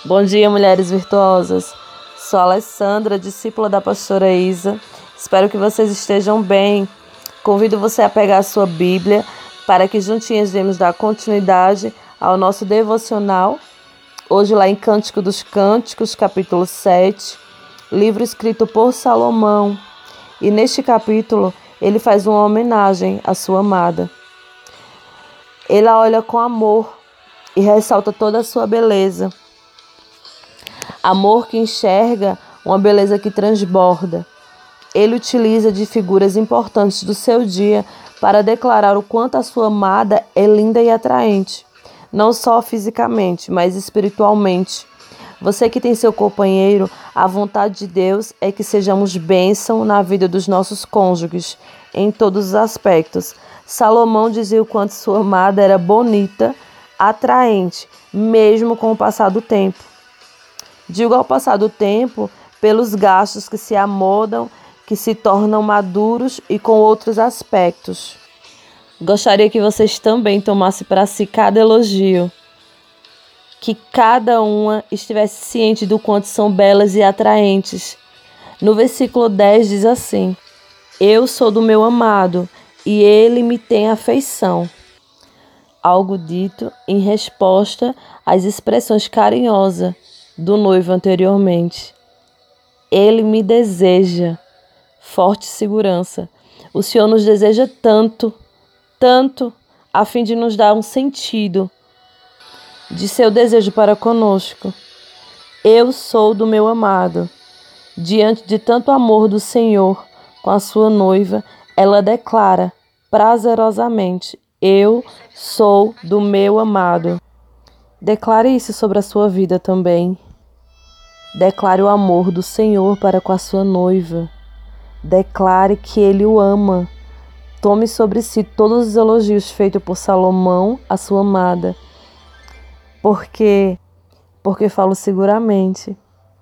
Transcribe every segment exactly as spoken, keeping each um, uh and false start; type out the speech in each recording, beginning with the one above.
Bom dia, mulheres virtuosas. Sou a Alessandra, discípula da pastora Isa. Espero que vocês estejam bem. Convido você a pegar a sua Bíblia para que juntinhas vamos dar continuidade ao nosso devocional. Hoje lá em Cântico dos Cânticos, capítulo sete, livro escrito por Salomão. E neste capítulo ele faz uma homenagem à sua amada. Ele a olha com amor e ressalta toda a sua beleza. Amor que enxerga uma beleza que transborda. Ele utiliza de figuras importantes do seu dia para declarar o quanto a sua amada é linda e atraente, não só fisicamente, mas espiritualmente. Você que tem seu companheiro, a vontade de Deus é que sejamos bênção na vida dos nossos cônjuges, em todos os aspectos. Salomão dizia o quanto sua amada era bonita, atraente, mesmo com o passar do tempo. Digo ao passar do tempo, pelos gastos que se amoldam, que se tornam maduros e com outros aspectos. Gostaria que vocês também tomassem para si cada elogio, que cada uma estivesse ciente do quanto são belas e atraentes. No versículo dez diz assim: Eu sou do meu amado, e ele me tem afeição. Algo dito em resposta às expressões carinhosas do noivo anteriormente. Ele me deseja. Forte segurança. O Senhor nos deseja tanto, tanto, a fim de nos dar um sentido de seu desejo para conosco. Eu sou do meu amado. Diante de tanto amor do Senhor com a sua noiva, ela declara prazerosamente: Eu sou do meu amado. Declare isso sobre a sua vida também. Declare o amor do Senhor para com a sua noiva. Declare que Ele o ama. Tome sobre si todos os elogios feitos por Salomão, a sua amada. Porque, porque falo seguramente,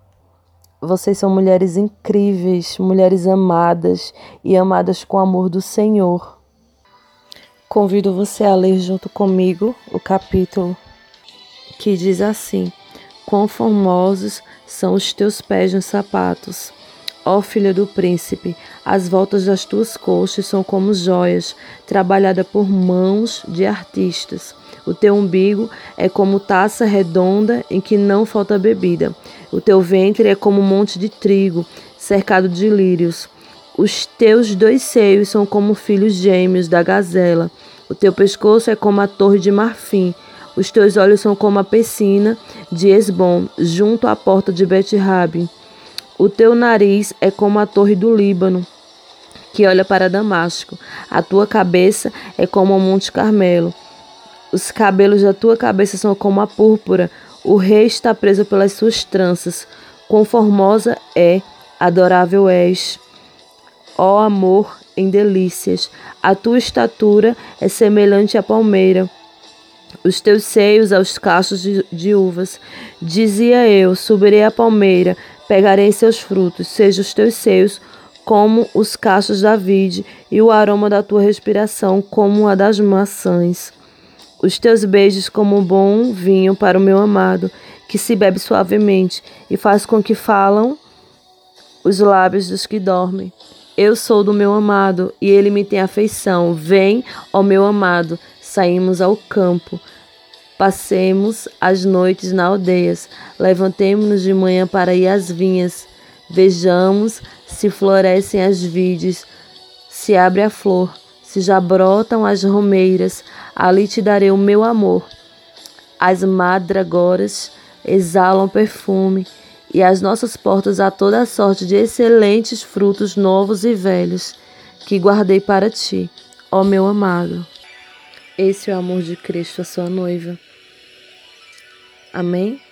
vocês são mulheres incríveis, mulheres amadas e amadas com o amor do Senhor. Convido você a ler junto comigo o capítulo que diz assim: Quão formosos são os teus pés nos sapatos, ó filha do príncipe, as voltas das tuas coxas são como joias, trabalhada por mãos de artistas. O teu umbigo é como taça redonda em que não falta bebida. O teu ventre é como um monte de trigo, cercado de lírios. Os teus dois seios são como filhos gêmeos da gazela. O teu pescoço é como a torre de marfim. Os teus olhos são como a piscina de Esbom, junto à porta de Bet-Rabi. O teu nariz é como a torre do Líbano, que olha para Damasco. A tua cabeça é como o Monte Carmelo. Os cabelos da tua cabeça são como a púrpura. O rei está preso pelas suas tranças. Quão formosa é, adorável és, ó amor em delícias. A tua estatura é semelhante à palmeira. Os teus seios aos cachos de, de uvas. Dizia eu: subirei à palmeira, pegarei seus frutos, sejam os teus seios como os cachos da vide, e o aroma da tua respiração como a das maçãs. Os teus beijos como um bom vinho para o meu amado, que se bebe suavemente, e faz com que falam os lábios dos que dormem. Eu sou do meu amado, e ele me tem afeição. Vem, ó meu amado, saímos ao campo. Passemos as noites na aldeias, levantemo-nos de manhã para ir às vinhas. Vejamos se florescem as vides, se abre a flor, se já brotam as romeiras, ali te darei o meu amor. As madragoras exalam perfume, e as nossas portas há toda a sorte de excelentes frutos novos e velhos, que guardei para ti, ó meu amado. Esse é o amor de Cristo, a sua noiva. Amém?